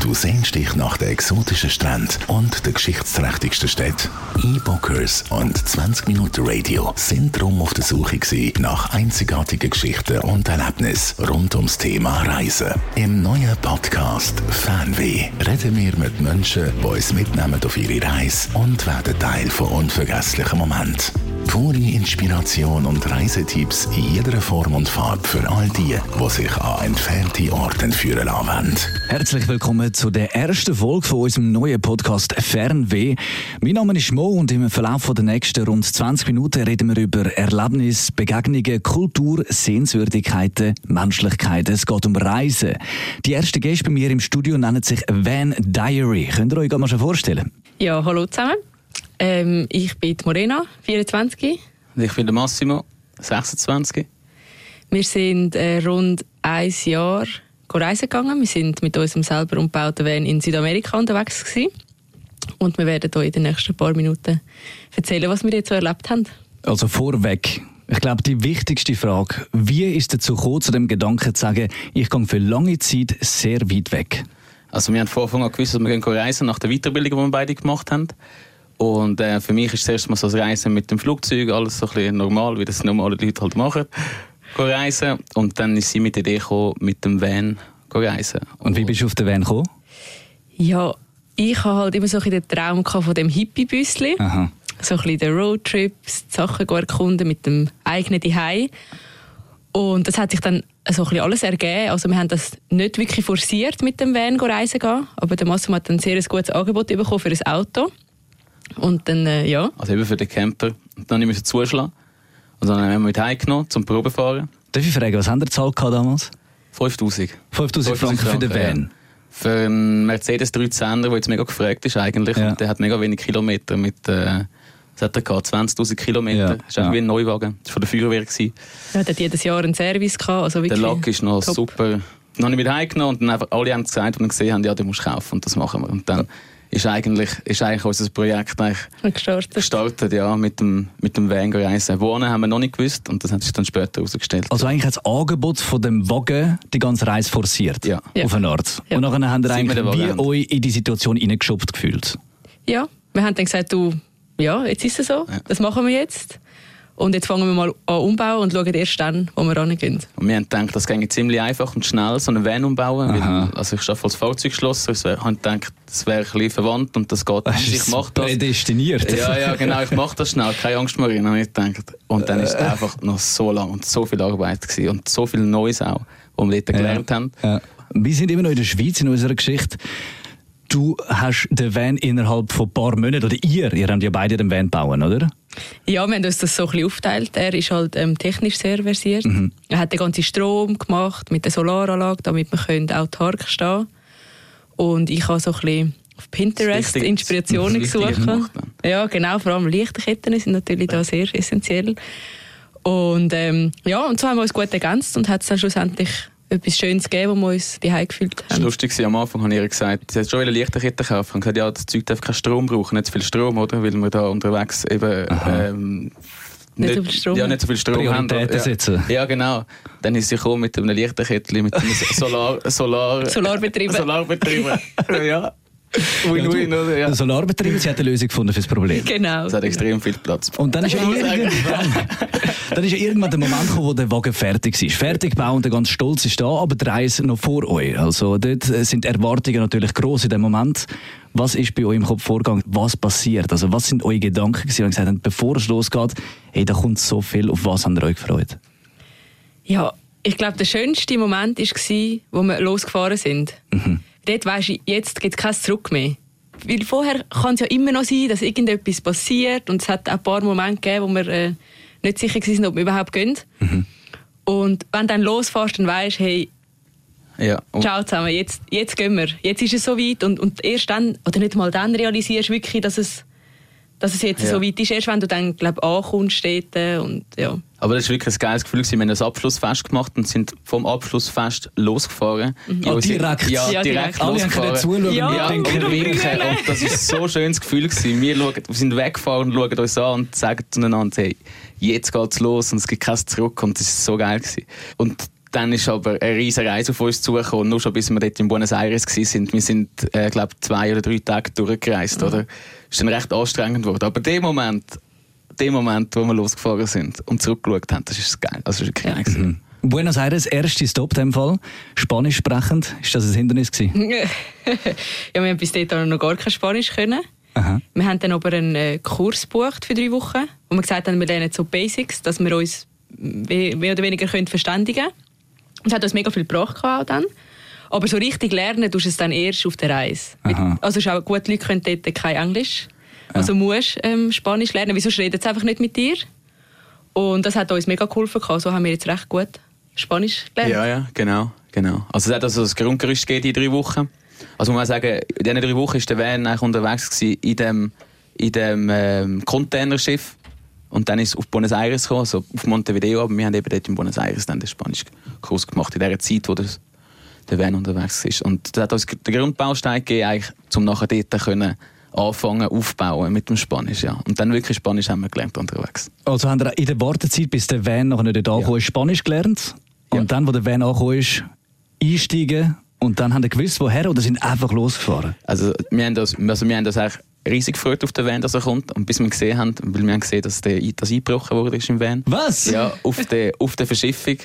Du sehnst dich nach den exotischen Stränden und den geschichtsträchtigsten Städten? E-Bookers und 20-Minuten-Radio sind darum auf der Suche gewesen nach einzigartigen Geschichten und Erlebnissen rund ums Thema Reisen. Im neuen Podcast «Fernweh» reden wir mit Menschen, die uns mitnehmen auf ihre Reise und werden Teil von unvergesslichen Momenten. Pure Inspiration und Reisetipps in jeder Form und Farbe für all die sich an entfernte Orte führen lassen wollen. Herzlich willkommen zu der ersten Folge von unserem neuen Podcast «Fernweh». Mein Name ist Mo und im Verlauf der nächsten rund 20 Minuten reden wir über Erlebnisse, Begegnungen, Kultur, Sehenswürdigkeiten, Menschlichkeit. Es geht um Reisen. Die ersten Gäste bei mir im Studio nennen sich Van Diary. Könnt ihr euch mal schon vorstellen? Ja, hallo zusammen. Ich bin die Morena, 24. Und ich bin der Massimo, 26. Wir sind rund ein Jahr reisen gegangen. Wir sind mit unserem selber umgebauten Van in Südamerika unterwegs gewesen. Und wir werden euch in den nächsten paar Minuten erzählen, was wir jetzt so erlebt haben. Also vorweg, ich glaube, die wichtigste Frage, wie ist es dazu gekommen, zu dem Gedanken zu sagen, ich gehe für lange Zeit sehr weit weg? Also wir haben von Anfang an gewusst, dass wir reisen nach der Weiterbildung, die wir beide gemacht haben. Und für mich ist es erst mal so das Reisen mit dem Flugzeug, alles so ein bisschen normal, wie das normale Leute halt machen. Reisen. Und dann ist sie mit der Idee gekommen, mit dem Van reisen. Und wie bist du auf den Van gekommen? Ja, ich hatte halt immer so ein bisschen den Traum von dem Hippie-Büsschen. Aha. So ein bisschen den Roadtrips, die Sachen erkunden mit dem eigenen Zuhause. Und das hat sich dann so ein bisschen alles ergeben. Also wir haben das nicht wirklich forciert, mit dem Van reisen gehen. Aber der Massimo hat ein sehr gutes Angebot bekommen für ein Auto. Und dann, ja. Also eben für den Camper. Und dann musste ich zuschlagen. Und dann haben wir mit heimgenommen zum Probefahren. Darf ich fragen, was haben ihr gezahlt damals? 5'000. 5'000 Franken für den Van? Ja. Für einen Mercedes 310er, der jetzt mega gefragt ist eigentlich. Ja. Und der hat mega wenig Kilometer mit, was hat er gehabt? 20'000 Kilometer. Ja. Das ist wie ein Neuwagen. Das war von der Feuerwehr. Ja, der hat jedes Jahr einen Service gehabt. Also der Lack ist noch top. Super. Dann habe ich mit heimgenommen und dann einfach alle haben gesagt, die wir gesehen haben, ja, du musst kaufen und das machen wir. Und dann ist eigentlich unser Projekt gestartet, ja, mit dem Van reisen. Wohnen haben wir noch nicht gewusst und das hat sich dann später herausgestellt. Also eigentlich hat das Angebot von dem Wagen die ganze Reise forciert, ja. Auf eine Art. Ja. Und nachher habt ihr eigentlich wie euch in die Situation hineingeschubst gefühlt. Ja, wir haben dann gesagt, ja, jetzt ist es so, das machen wir jetzt. Und jetzt fangen wir mal an umbauen und schauen erst dann, wo wir rangehen. Und wir haben gedacht, das ginge ziemlich einfach und schnell, so einen Van umbauen. Weil, also ich arbeite als Fahrzeugschlosser, ich habe gedacht, das wäre ein bisschen verwandt und das geht. Ich mache das. Prädestiniert. Ja, genau, ich mache das schnell, keine Angst mehr, habe ich gedacht. Und dann ist es einfach noch so lang und so viel Arbeit gewesen und so viel Neues auch, was wir dort gelernt haben. Ja. Wir sind immer noch in der Schweiz in unserer Geschichte. Du hast den Van innerhalb von ein paar Monaten, oder ihr habt ja beide den Van bauen, oder? Ja, wir haben uns das so ein bisschen aufgeteilt. Er ist halt technisch sehr versiert. Mhm. Er hat den ganzen Strom gemacht mit der Solaranlage, damit wir autark stehen können. Und ich habe so ein bisschen auf Pinterest Inspirationen gesucht. Ja, genau, vor allem Lichterketten sind natürlich da sehr essentiell. Und ja, und so haben wir uns gut ergänzt und hat es dann schlussendlich etwas Schönes gegeben, wo wir uns daheim gefühlt haben. Das war lustig, am Anfang habe ich ihr gesagt, sie hat schon eine Lichterkette kaufen und gesagt, ja, das Zeug darf keinen Strom brauchen, nicht zu viel Strom, oder? Weil wir da unterwegs eben nicht so viel Strom, nicht so viel Strom haben. Setzen. Ja, genau. Dann ist sie gekommen mit einem Lichterkettchen, mit einem Solarbetrieben. Ja. Ja. Solarbetriebe, sie hat eine Lösung gefunden für das Problem. Genau. Es hat extrem viel Platz. Und dann ist ja irgendwann der Moment gekommen, wo der Wagen fertig ist. Fertig gebaut und der ganz Stolz ist da, aber die Reise noch vor euch. Also dort sind die Erwartungen natürlich gross in dem Moment. Was ist bei euch im Kopf vorgegangen? Was passiert? Also was sind eure Gedanken gewesen, wenn ihr gesagt habt, bevor es losgeht, hey, da kommt so viel, auf was habt ihr euch gefreut? Ja, ich glaube, der schönste Moment war, wo wir losgefahren sind. Mhm. Dort weisst du, jetzt gibt es kein Zurück mehr. Weil vorher kann es ja immer noch sein, dass irgendetwas passiert und es hat auch ein paar Momente gegeben, wo wir nicht sicher waren, ob wir überhaupt gehen. Mhm. Und wenn du dann losfährst, dann weisst du, hey, ja, ciao zusammen, jetzt gehen wir. Jetzt ist es so weit und erst dann, oder nicht mal dann realisierst du wirklich, dass es jetzt so weit ist. Erst wenn du dann, glaube ich, ankommst und ja. Aber das war wirklich ein geiles Gefühl. Wir haben ein Abschlussfest gemacht und sind vom Abschlussfest losgefahren. Mhm. Oh, direkt? Ja, direkt alle losgefahren. Alle zuschauen und winken. Und das war so ein schönes Gefühl. Wir sind weggefahren und schauen uns an und sagen zueinander, hey, jetzt geht's los und es gibt kein Zurück. Und das war so geil. Und dann ist aber eine riesige Reise auf uns zugekommen. Nur schon bis wir dort in Buenos Aires waren. Wir sind, glaube ich, 2 oder 3 Tage durchgereist. Oder? Ist dann recht anstrengend geworden. Aber der Moment, wo wir losgefahren sind und zurückgeschaut haben, das ist geil. Das ist wirklich geil gewesen. Buenos Aires, erster Stop in dem Fall. Spanisch sprechend. Ist das ein Hindernis gewesen? Ja, wir haben bis dahin noch gar kein Spanisch können. Aha. Wir haben dann aber einen Kurs gebucht für 3 Wochen, wo wir gesagt haben, wir lernen so Basics, dass wir uns mehr oder weniger verständigen können. Es hat uns mega viel gebracht auch dann. Aber so richtig lernen tust du es dann erst auf der Reise. Also ist auch gut, die Leute können dort kein Englisch. Also musst Spanisch lernen, wieso reden sie einfach nicht mit dir? Und das hat uns mega geholfen. So haben wir jetzt recht gut Spanisch gelernt. Ja, genau. Also es hat also das Grundgerüst gegeben, die 3 Wochen. Also muss man sagen, in diesen 3 Wochen war der Van eigentlich unterwegs in dem Containerschiff. Und dann ist es auf Buenos Aires gekommen, also auf Montevideo. Aber wir haben eben dort in Buenos Aires dann den Spanischkurs gemacht, in der Zeit, wo der Van unterwegs ist. Und das hat uns den Grundbaustein gegeben, eigentlich, um nachher dort können anfangen aufbauen mit dem Spanisch. Ja. Und dann wirklich Spanisch haben wir gelernt unterwegs. Also haben wir in der Wartezeit, bis der Van noch nicht angekommen ist, Spanisch gelernt? Und dann, wo der Van angekommen ist, einsteigen und dann haben wir gewusst, woher, oder sind einfach losgefahren? Also wir haben das eigentlich riesig gefreut auf den Van, dass er kommt. Und bis wir gesehen haben, weil wir haben gesehen, dass das eingebrochen wurde im Van. Was? Ja, auf der Verschiffung.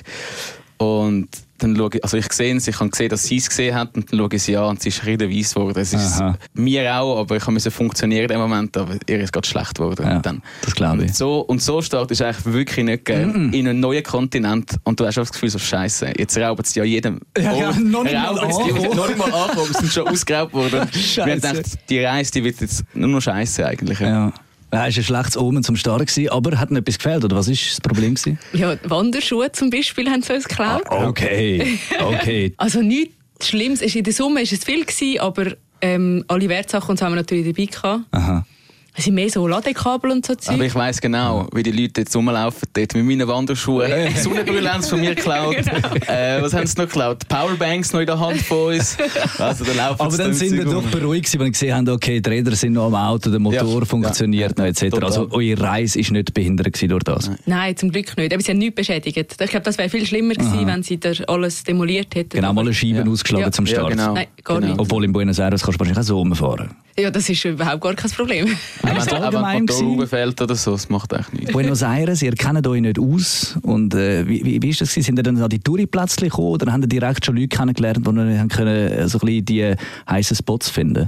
Und dann schaue ich, also ich habe gesehen, dass sie es gesehen hat, und dann schaue ich sie an und sie ist weiss geworden. Es ist mir auch, aber ich musste funktionieren in dem Moment, aber ihr ist gerade schlecht geworden. Ja, und dann, das glaube ich. Und so Start ist eigentlich wirklich nicht geil. In einem neuen Kontinent, und du hast auch das Gefühl, so Scheiße, jetzt rauben sie ja jedem. Noch nicht mal angekommen, wir sind schon ausgeraubt worden. Wir haben gedacht, die Reise, die wird jetzt nur noch Scheiße eigentlich. Ja. Es war ein schlechtes Omen zum Start, aber hat noch etwas gefehlt, oder was war das Problem? Ja, Wanderschuhe zum Beispiel haben sie uns geklaut. Okay. Also nichts Schlimmes. In der Summe war es viel gewesen, aber alle Wertsachen haben wir natürlich dabei gehabt. Aha. Es sind mehr so Ladekabel und so Zeug. Aber ich weiss genau, wie die Leute jetzt rumlaufen dort mit meinen Wanderschuhen. Sonnenbrille haben sie von mir geklaut. Genau. Was haben sie noch geklaut? Powerbanks noch in der Hand von uns. Also, aber dann sind wir doch beruhigt, wenn wir gesehen haben, okay, die Räder sind noch am Auto, der Motor funktioniert noch etc. Total. Also eure Reise war nicht behindert durch das? Nein, zum Glück nicht. Aber sie haben nichts beschädigt. Ich glaube, das wäre viel schlimmer gewesen, wenn sie da alles demoliert hätten. Genau, mal eine Scheibe ausgeschlagen zum Start. Genau. Nein, gar nicht. Obwohl in Buenos Aires kannst du wahrscheinlich auch so rumfahren. Ja, das ist überhaupt gar kein Problem. Wenn ein Motor fällt oder so, das macht echt nichts. Buenos Aires, ihr kennt euch nicht aus. Und wie ist das? Sind ihr dann an die Touri-Plätze gekommen oder haben ihr direkt schon Leute kennengelernt, die können so ein bisschen die heissen Spots finden?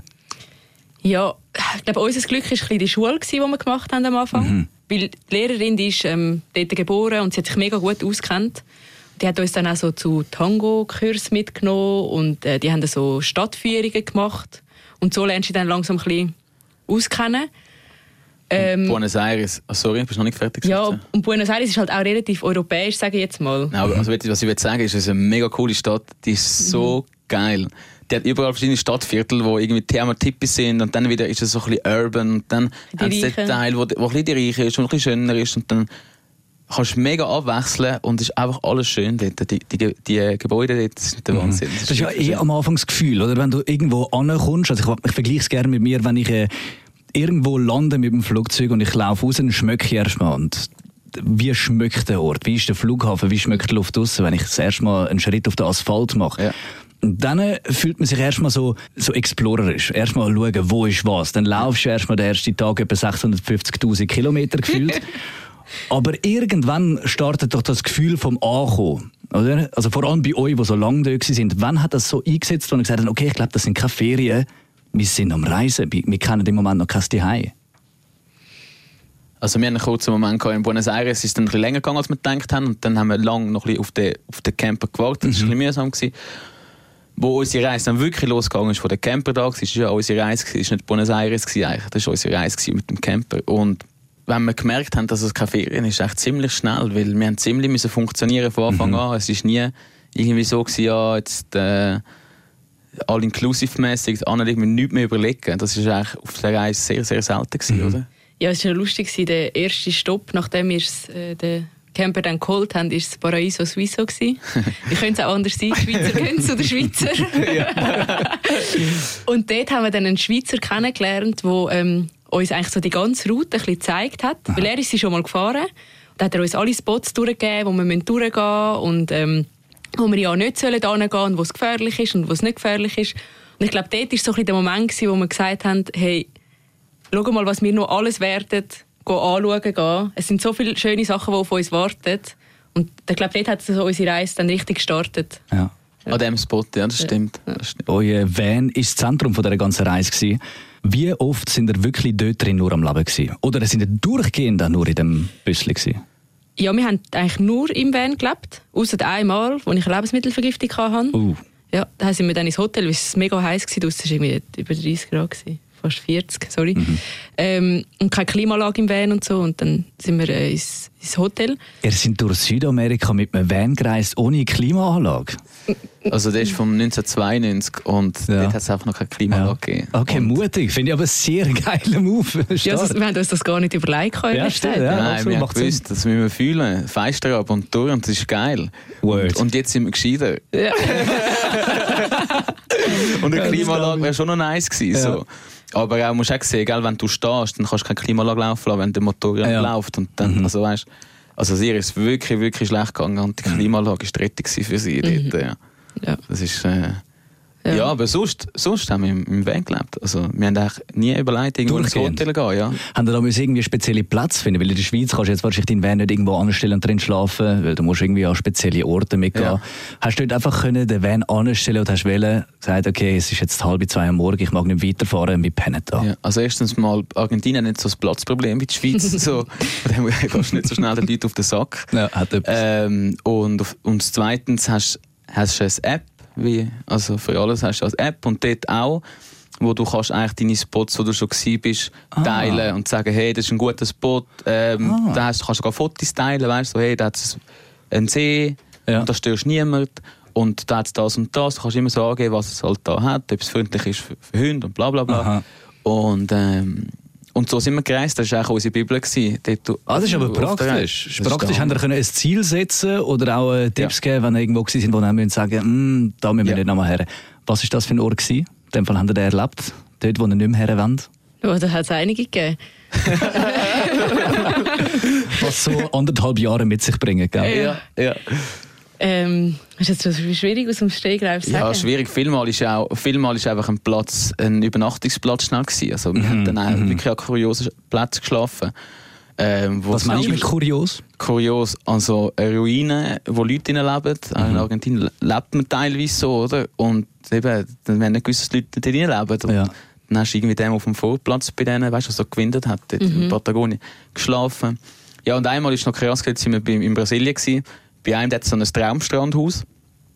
Ja, ich glaube, unser Glück war ein bisschen die Schule, die wir gemacht haben am Anfang. Weil die Lehrerin die ist dort geboren und sie hat sich mega gut auskennt. Die hat uns dann auch so zu Tango-Kursen mitgenommen und die haben so Stadtführungen gemacht. Und so lernst du dann langsam ein bisschen auskennen. Buenos Aires, sorry, bist du noch nicht fertig? Ja, und Buenos Aires ist halt auch relativ europäisch, sage ich jetzt mal. Ja, also, was ich will sagen ist, es ist eine mega coole Stadt, die ist so geil. Die hat überall verschiedene Stadtviertel, wo irgendwie Thermotipis sind und dann wieder ist es so ein bisschen urban und dann haben sie den Teil, wo ein bisschen die Reiche ist und ein bisschen schöner ist und dann kannst du mega abwechseln und es ist einfach alles schön dort. Die Gebäude dort sind der Wahnsinn. Das ist ja am Anfang das Gefühl, oder? Wenn du irgendwo ankommst, also ich vergleiche es gerne mit mir, wenn ich irgendwo lande mit dem Flugzeug und ich laufe raus und schmecke ich erstmal. Und wie schmeckt der Ort? Wie ist der Flughafen? Wie schmeckt die Luft draussen, wenn ich das erste Mal einen Schritt auf den Asphalt mache? Ja. Und dann fühlt man sich erstmal so explorerisch. Erstmal schauen, wo ist was. Dann laufst du erstmal den ersten Tag etwa 650'000 Kilometer gefühlt. Aber irgendwann startet doch das Gefühl vom Ankommen. Oder? Also vor allem bei euch, die so lange da sind. Wann hat das so eingesetzt, wo ihr gesagt habt, okay, ich glaube, das sind keine Ferien, wir sind am Reisen, wir kennen im Moment noch kein Zuhause? Also wir hatten einen kurzen Moment in Buenos Aires, es ist dann ein bisschen länger gegangen, als wir gedacht haben. Und dann haben wir lange noch ein bisschen auf den Camper gewartet. Das war ein bisschen mühsam. Wo unsere Reise dann wirklich losgegangen ist, von den Camper da, das war ja unsere Reise, das war nicht Buenos Aires eigentlich, das war unsere Reise mit dem Camper. Und wenn wir gemerkt haben, dass es keine Ferien ist, echt ziemlich schnell, weil wir haben ziemlich funktionieren von Anfang an. Es war nie irgendwie so gewesen, ja, jetzt all-inclusive-mässig, wir nichts mehr überlegen. Das war eigentlich auf der Reise sehr, sehr selten gewesen, oder? Ja, es war ja lustig, der erste Stopp, nachdem wir den Camper dann geholt haben, war das Paraiso Suizo. Wie könnte es auch anders sein? Schweizer gehen zu der Schweizer. Und dort haben wir dann einen Schweizer kennengelernt, der uns eigentlich so die ganze Route ein bisschen gezeigt hat. Weil er ist sie schon mal gefahren. Da hat er uns alle Spots durchgegeben, wo wir durchgehen müssen. Und wo wir ja nicht hingehen sollen, wo es gefährlich ist und wo es nicht gefährlich ist. Und ich glaube, dort war so ein bisschen der Moment, wo wir gesagt haben, hey, schau mal, was wir noch alles werden, anschauen. Es sind so viele schöne Sachen, die auf uns warten. Und ich glaube, dort hat so unsere Reise dann richtig gestartet. Ja. An diesem Spot, ja, das stimmt. Ja. Das stimmt. Euer Van war das Zentrum dieser ganzen Reise gewesen. Wie oft sind ihr wirklich dort drin nur am Leben gewesen? Oder sind ihr durchgehend auch nur in dem Büssli gewesen? Ja, wir haben eigentlich nur im Van gelebt. Ausser einmal, als ich eine Lebensmittelvergiftung hatte. Ja, da sind wir dann ins Hotel, weil es mega heiß war. Draussen war irgendwie über 30 Grad. Fast 40, sorry. Und keine Klimaanlage im Van und so. Und dann sind wir ins Hotel. Ihr seid durch Südamerika mit einem Van gereist, ohne Klimaanlage? Also das ist vom 1992 und dort hat es einfach noch keine Klimaanlage gegeben. Okay, und mutig. Finde ich aber einen sehr geilen Move. Ja, also, wir haben uns das gar nicht überlegt. Ja, stimmt, ja. Nein, wir haben gewusst, das müssen wir fühlen. Feister ab und durch und das ist geil. Und jetzt sind wir gescheiter. Ja. Und eine Klimaanlage wäre schon noch nice gewesen. Ja. So. Aber auch, musst du auch sehen, gell, wenn du stehst, dann kannst du keine Klimaanlage laufen lassen, wenn der Motor läuft. Und dann, also weißt, also ihr ist wirklich, wirklich schlecht gegangen und die Klimaanlage war die Rettung für sie dort. Ja. Das ist... Ja, aber sonst haben wir im Van gelebt. Also, wir haben eigentlich nie überlegt, irgendwo ins Hotel zu gehen. Ja. Haben ihr da irgendwie spezielle Platz finden? Weil in der Schweiz kannst du jetzt wahrscheinlich deinen Van nicht irgendwo anstellen und drin schlafen, weil du musst irgendwie an spezielle Orte mitgehen. Ja. Hast du dort einfach können den Van anstellen und hast gesagt, okay, es ist jetzt 1:30 am Morgen, ich mag nicht weiterfahren, wir pennen da. Ja, also erstens mal, Argentinien hat nicht so ein Platzproblem wie die Schweiz. So. Dann gehst du nicht so schnell den Leuten auf den Sack. Ja, hat etwas. Und zweitens hast du eine App, also für alles hast du als App und dort auch, wo du kannst eigentlich deine Spots, wo du schon gewesen bist, teilen und sagen, hey, das ist ein guter Spot, da kannst du sogar Fotos teilen, weißt du, hey, da hat es einen See und da störst niemand und da hat es das und das, du kannst immer so angeben, was es halt da hat, ob es freundlich ist für Hunde und bla bla bla. Und so sind wir gereist, das war eigentlich unsere Bibel. Das ist aber praktisch. Praktisch haben wir ein Ziel setzen oder auch Tipps geben, wenn ihr irgendwo waren, wo wir sagen, da müssen wir nicht nochmal her. Was war das für ein Ort gewesen? In dem Fall habt ihr den erlebt, dort, wo ihr nicht mehr her wollt? Ja, da hat es einige gegeben. Was so 1,5 Jahre mit sich bringen, gell? Ja. Ist jetzt so schwierig aus dem Stegreif zu sagen? Ja, schwierig. Vielmal ist einfach ein Übernachtungsplatz schnell gewesen. Also wir haben dann auch wirklich an kuriosen Plätzen geschlafen. Was meinst du mit kurios? Kurios, also eine Ruine, wo Leute drin leben. In Argentinien lebt man teilweise so, oder? Und eben, dann werden nicht gewisse Leute drin leben. Und dann hast du irgendwie dem auf dem Vorplatz bei denen, weißt du, was so gewindet hat, dort in Patagonien, geschlafen. Ja, und einmal ist noch krass, jetzt sind wir in Brasilien gewesen. Bei einem hat es so ein Traumstrandhaus.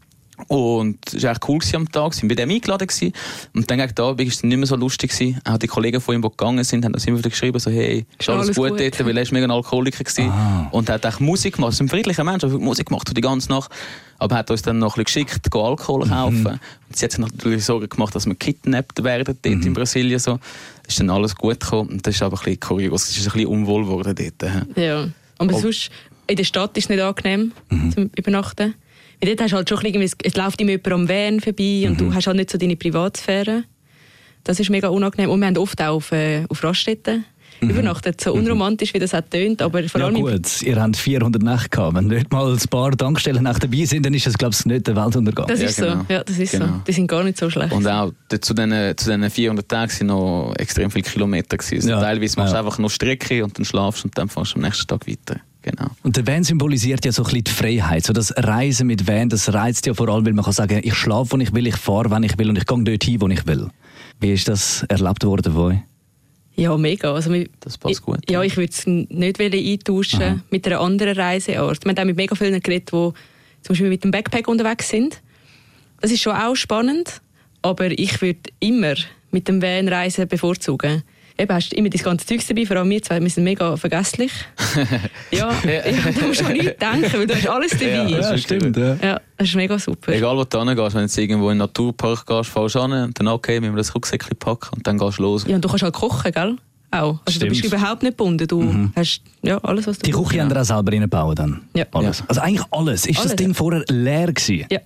Und es war echt cool am Tag. Wir waren bei dem eingeladen gewesen. Und dann gegen den Abend war es nicht mehr so lustig gewesen. Auch die Kollegen von ihm, die gegangen sind, haben uns immer wieder geschrieben, so, hey, ist alles gut dort, weil er ist mega ein Alkoholiker gewesen. Und hat auch Musik gemacht. Er ist ein friedlicher Mensch, er hat Musik gemacht für die ganze Nacht. Aber er hat uns dann noch ein bisschen geschickt, Alkohol kaufen. Und sie hat sich natürlich Sorgen gemacht, dass wir gekidnappt werden dort in Brasilien. So. Das ist dann alles gut gekommen. Und das ist aber ein bisschen kurios. Es ist ein bisschen unwohl geworden dort. Ja, aber sonst, in der Stadt ist es nicht angenehm zum Übernachten. Weil dort hast du halt schon irgendwie, es läuft immer jemand am Van vorbei und du hast halt nicht so deine Privatsphäre. Das ist mega unangenehm. Und wir haben oft auch auf Raststätten übernachtet. So unromantisch, wie das auch tönt. Aber vor allem gut, ihr habt 400 Nächte gehabt. Wenn nicht mal ein paar Tankstellen nach dabei sind, dann ist das, glaube ich, nicht der Weltuntergang. Das ist so. Ja, das ist so. Die sind gar nicht so schlecht. Und auch zu diesen 400 Tagen sind noch extrem viele Kilometer gewesen. Also teilweise machst du einfach nur Strecke und dann schlafst und dann fährst du am nächsten Tag weiter. Genau. Und der Van symbolisiert ja so ein bisschen die Freiheit. So das Reisen mit Van, das reizt ja vor allem, weil man kann sagen, ich schlafe, wo ich will, ich fahre, wenn ich will und ich gehe dort hin, wo ich will. Wie ist das erlebt worden von euch? Ja, mega. Also, das passt gut. Ja, ich würde es nicht eintauschen mit einer anderen Reiseart. Wir haben auch mit mega vielen geredet, die zum Beispiel mit dem Backpack unterwegs sind. Das ist schon auch spannend, aber ich würde immer mit dem Van reisen bevorzugen. Eben, hast du immer das ganze Zeug dabei, vor allem wir zwei, wir sind mega vergesslich. Ja, da musst du auch nichts denken, weil du hast alles dabei. Ja, stimmt. Ja, das ist mega super. Egal, wo du hingehst, wenn du jetzt irgendwo in den Naturpark gehst, fährst du hin und dann okay, müssen wir das Rucksäckchen packen und dann gehst du los. Ja, und du kannst halt kochen, gell? Auch. Also du bist überhaupt nicht gebunden. Du hast alles, was du Die Küche haben wir auch selber reingebaut dann? Ja. Alles. Also eigentlich alles. Ist das Ding vorher leer gewesen? Ja.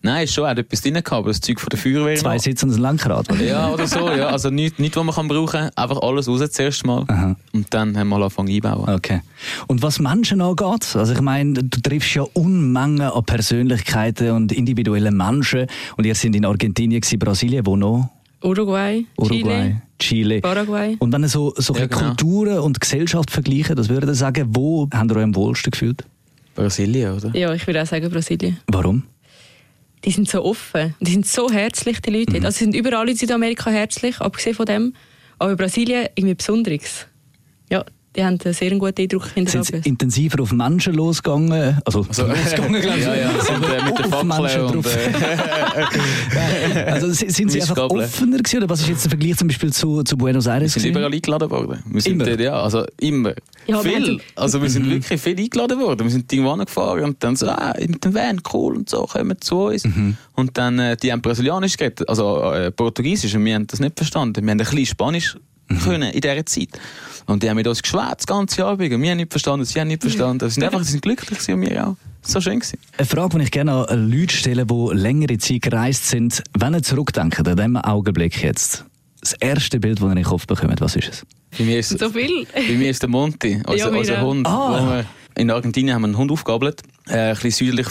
Nein, schon, hat etwas drin gehabt, aber das Zeug von der Feuerwehr. 2 Sitze und ein Lenkrad. Oder? Ja, oder so, ja. Also nichts, was man brauchen kann. Einfach alles raus zuerst mal. Aha. Und dann haben wir angefangen einbauen. Okay. Und was Menschen angeht, also ich meine, du triffst ja Unmengen an Persönlichkeiten und individuellen Menschen. Und ihr seid in Argentinien, Brasilien, wo noch? Uruguay, Chile, Paraguay. Und wenn ihr so Ja, genau. Kulturen und Gesellschaft vergleichen, das würde ich sagen, wo habt ihr euch am wohlsten gefühlt? Brasilien, oder? Ja, ich würde auch sagen Brasilien. Warum? Die sind so offen, die sind so herzlich, die Leute. Also sie sind überall in Südamerika herzlich, abgesehen von dem. Aber Brasilien irgendwie Besonderes. Ja, die haben einen sehr guten Eindruck Sind sie hinterlassen. intensiver auf Menschen losgegangen? Losgegangen, glaube ich. Ja, sind mit der auf Fackel Menschen und... drauf. Also sind sie einfach Mistgabeln. offener gewesen? Oder was ist jetzt der Vergleich zum Beispiel zu Buenos Aires? Wir sind gewesen? überall eingeladen worden. Wir sind Immer? dort, ja, also immer. Ja, viel. Also wir sind wirklich viel eingeladen worden. Wir sind irgendwo gefahren und dann so, mit dem Van, cool und so, kommen zu uns. Und dann, die haben Brasilianisch geredet, also Portugiesisch, und wir haben das nicht verstanden. Wir haben ein bisschen Spanisch können in dieser Zeit. Und die haben mit uns geschwätzt, das ganze Abend. Und wir haben nicht verstanden, sie haben nicht verstanden. Sie sind glücklich gewesen und wir auch. So schön gewesen. Eine Frage, die ich gerne an Leute stelle, die längere Zeit gereist sind. Wenn ihr zurückdenkt, an diesem Augenblick jetzt, das erste Bild, das ihr in den Kopf bekommt, was ist es? Bei mir ist, So viel. bei mir ist der Monty, Ja, unser wir auch. Hund. Wo wir in Argentinien haben wir einen Hund aufgegabelt, ein bisschen südlich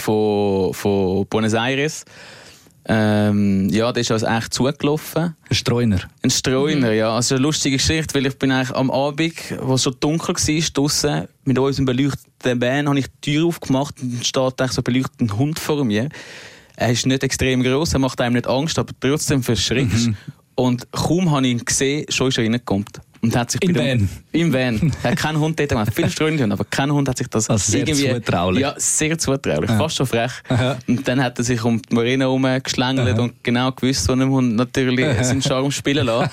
von Buenos Aires. Ja, der ist also echt zugelaufen. Ein Streuner. Ein Streuner, ja. Also eine lustige Geschichte, weil ich bin eigentlich am Abend, wo es schon dunkel war, draussen, mit unserem beleuchteten Van, habe ich die Tür aufgemacht und dann steht eigentlich so ein beleuchteter Hund vor mir. Er ist nicht extrem gross, er macht einem nicht Angst, aber trotzdem verschrickst. Und kaum habe ich ihn gesehen, schon ist er reingekommen. Und hat sich Im Van? Im Van. Er hat keinen Hund dort gemacht. Viele Streuner, aber kein Hund hat sich das Also sehr zutraulich. Ja, sehr zutraulich. Ja. Fast schon frech. Aha. Und dann hat er sich um die Marina herumgeschlängelt und genau gewusst, wo einem Hund natürlich seinen Charme spielen lassen.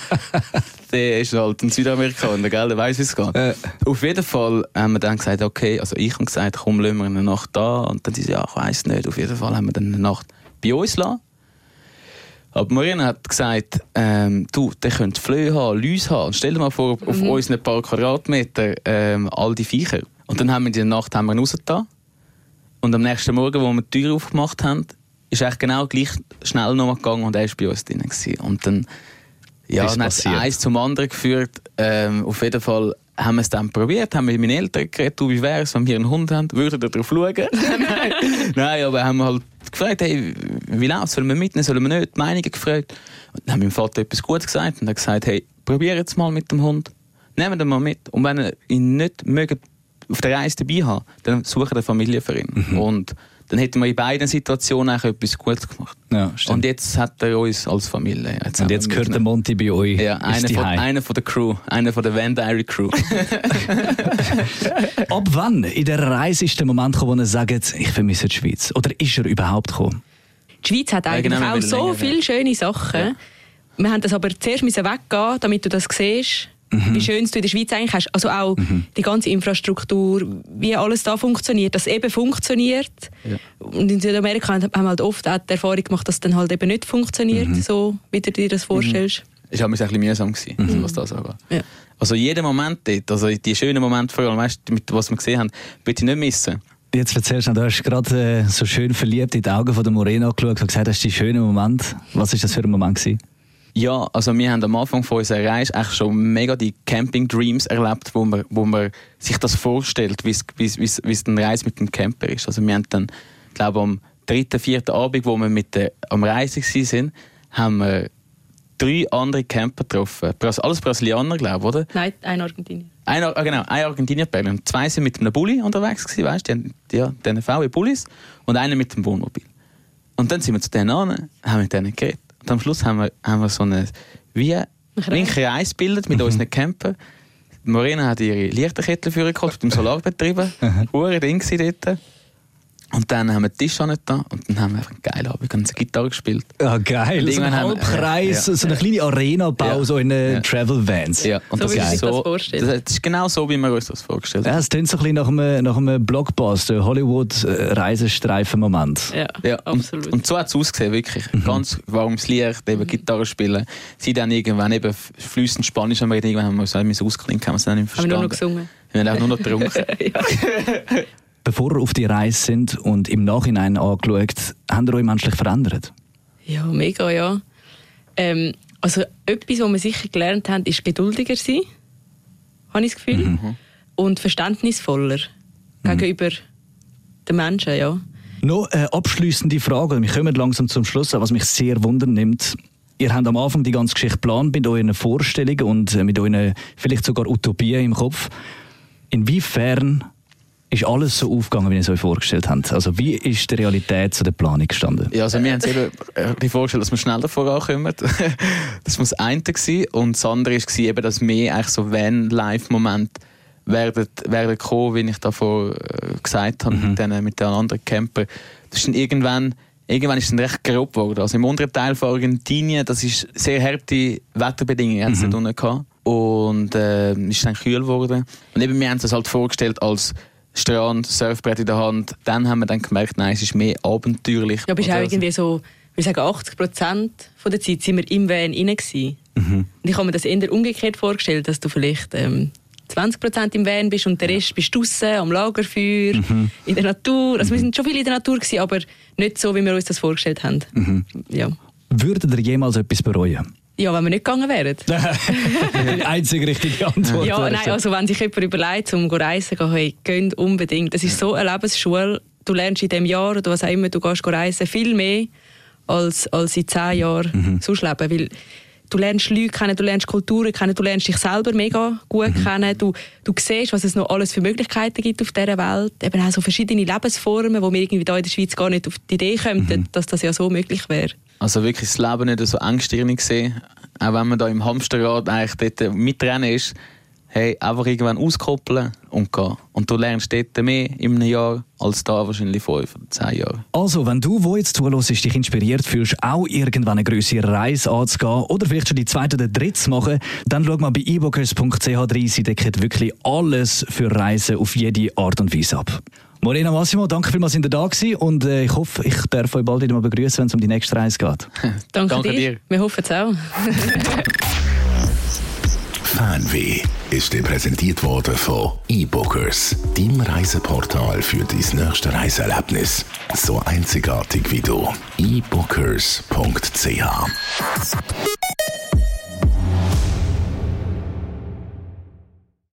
Der ist halt ein Südamerikaner, gell? Der weiss, wie es geht. Auf jeden Fall haben wir dann gesagt, okay, also ich habe gesagt, komm, lassen wir eine Nacht da. Und dann sie ja, ich weiss nicht. Auf jeden Fall haben wir dann eine Nacht bei uns gelassen. Aber Marina hat gesagt, du, der könnte Flöhe haben, Läuse haben. Und stell dir mal vor, auf unseren paar Quadratmeter all die Viecher. Und dann haben wir die Nacht rausgetan. Und am nächsten Morgen, wo wir die Tür aufgemacht haben, ist eigentlich genau gleich schnell nochmal gegangen und er war bei uns drin gewesen. Und dann, ja, dann hat es eins zum anderen geführt. Auf jeden Fall haben wir es dann probiert, haben wir mit meinen Eltern geredet, wie wäre es, wenn wir einen Hund haben, würden wir darauf schauen? Nein, aber haben wir halt gefragt, hey, wie läuft es, sollen wir mitnehmen, sollen wir nicht, die Meinungen gefragt. Und dann haben mein Vater etwas Gutes gesagt und hat gesagt, hey, probier jetzt mal mit dem Hund, nehmt ihn mal mit. Und wenn ihr ihn nicht mögt, auf der Reise dabei haben, dann sucht eine Familie für ihn. Und dann hätten wir in beiden Situationen eigentlich etwas Gutes gemacht. Ja, stimmt. Und jetzt hat er uns als Familie. Und jetzt gehört der Monty bei euch. Ja, einer von der Crew, einer von der Van Diary Crew. Ab wann in der Reise ist der Moment gekommen, wo ihr sagt, ich vermisse die Schweiz? Oder ist er überhaupt gekommen? Die Schweiz hat eigentlich genau, auch so länger, viele schöne Sachen. Ja. Wir haben das aber zuerst weggehen, damit du das siehst, wie schön du in der Schweiz eigentlich hast. Also auch die ganze Infrastruktur, wie alles da funktioniert, dass es eben funktioniert. Ja. Und in Südamerika haben wir halt oft auch die Erfahrung gemacht, dass es dann halt eben nicht funktioniert, so wie du dir das vorstellst. Es war ein bisschen mühsam, was das angeht. Ja. Also jeden Moment dort, also die schönen Momente vor allem, weißt du, mit was wir gesehen haben, bitte nicht missen. Jetzt erzählst du, du hast gerade so schön verliebt in die Augen von der Morena geschaut und gesagt, das ist die schöne Moment. Was war das für ein Moment gewesen? Ja, also wir haben am Anfang von unserer Reise echt schon mega die Camping-Dreams erlebt, wo man sich das vorstellt, wie es eine Reise mit dem Camper ist. Also wir haben dann, glaube ich, am 3., 4. Abend, wo wir am Reisen waren, haben wir 3 andere Camper getroffen. Alles Brasilianer, glaube ich, oder? Nein, ein Argentinier. Ein Argentinier-Pärchen. Und 2 sind mit einem Bulli unterwegs gewesen, weißt du? Die haben diese VW-Bullis und einer mit dem Wohnmobil. Und dann sind wir zu denen an, haben mit denen geredet. Und am Schluss haben wir so einen Kreis gebildet mit unseren Camper. Morena hat ihre Lichterkette vorgeholt, mit dem Solarbetrieb. Hure Ding dort. Und dann haben wir den Tisch da und dann haben wir einfach einen geilen Abend, eine Gitarre gespielt. Ja, geil. So ein Halbkreis, so eine kleine Arena-Bau, so in Travel-Vans. Ja, und so das wie ist sich das so, vorstellt. das ist genau so, wie wir uns das vorgestellt haben. Ja, es klingt so ein bisschen nach einem Blockbuster, Hollywood-Reisestreifen-Moment. Ja, absolut. Und so hat es ausgesehen, wirklich. Ganz warmes Licht, eben Gitarre spielen. Sie dann irgendwann eben fließend Spanisch haben wir irgendwann haben wir uns ausklinken, haben wir es dann nicht verstanden. Haben wir nur noch gesungen. Wir haben auch nur noch getrunken. Bei bevor ihr auf die Reise sind und im Nachhinein angeschaut, habt ihr euch menschlich verändert? Ja, mega, ja. Also etwas, was wir sicher gelernt haben, ist geduldiger sein, habe ich das Gefühl. Und verständnisvoller gegenüber den Menschen, ja. Noch eine abschliessende Frage, wir kommen langsam zum Schluss, was mich sehr wundernimmt. Ihr habt am Anfang die ganze Geschichte geplant mit euren Vorstellungen und mit euren vielleicht sogar Utopien im Kopf. Inwiefern ist alles so aufgegangen, wie ihr es euch vorgestellt habt? Also wie ist die Realität zu der Planung gestanden? Ja, also wir haben uns eben vorgestellt, dass wir schneller vorankommen. Das war das eine gewesen. Und das andere war eben, dass wir eigentlich so Van-Life-Momente werden kommen, wie ich davor gesagt habe, mit den anderen Camper. Das ist dann irgendwann ist es dann recht grob geworden. Also im unteren Teil von Argentinien, das ist sehr harte Wetterbedingungen, hat es dort unten gehabt. Und ist dann kühl geworden. Und eben, wir haben uns das halt vorgestellt als Strand, Surfbrett in der Hand. Dann haben wir dann gemerkt, nein, es ist mehr abenteuerlich. Ja, aber es ist auch irgendwie so, wir sagen 80% von der Zeit sind wir im Van rein gewesen. Und ich habe mir das eher umgekehrt vorgestellt, dass du vielleicht 20% im Van bist und der Rest bist draussen am Lagerfeuer, in der Natur. Also wir sind schon viel in der Natur gewesen, aber nicht so, wie wir uns das vorgestellt haben. Ja. Würdet ihr jemals etwas bereuen? Ja, wenn wir nicht gegangen wären. Die einzige richtige Antwort. Ja, nein, also wenn sich jemand überlegt, um reisen zu gehen, hey, geht unbedingt. Das ist so eine Lebensschule. Du lernst in diesem Jahr oder was auch immer, du gehst reisen, viel mehr als in 10 Jahren sonst leben. Weil du lernst Leute kennen, du lernst Kulturen kennen, du lernst dich selber mega gut kennen. Du siehst, was es noch alles für Möglichkeiten gibt auf dieser Welt. Eben auch so verschiedene Lebensformen, wo wir irgendwie da in der Schweiz gar nicht auf die Idee kommen, dass das ja so möglich wäre. Also wirklich das Leben nicht so engstirnig gesehen. Auch wenn man da im Hamsterrad eigentlich dort mitrennen ist, hey, einfach irgendwann auskoppeln und gehen. Und du lernst dort mehr in einem Jahr als da wahrscheinlich 5 oder 10 Jahre. Also, wenn du, wo jetzt zuhörst, dich inspiriert fühlst, auch irgendwann eine grössere Reise anzugehen oder vielleicht schon die zweite oder dritte zu machen, dann schau mal bei ebookers.ch rein. Sie decken wirklich alles für Reisen auf jede Art und Weise ab. Morena, Massimo, danke vielmals, dass ihr da gewesen und ich hoffe, ich darf euch bald wieder mal begrüßen, wenn es um die nächste Reise geht. Danke dir. Wir hoffen es auch. Fernweh ist dir präsentiert worden von eBookers, deinem Reiseportal für dein nächste Reiseerlebnis. So einzigartig wie du. eBookers.ch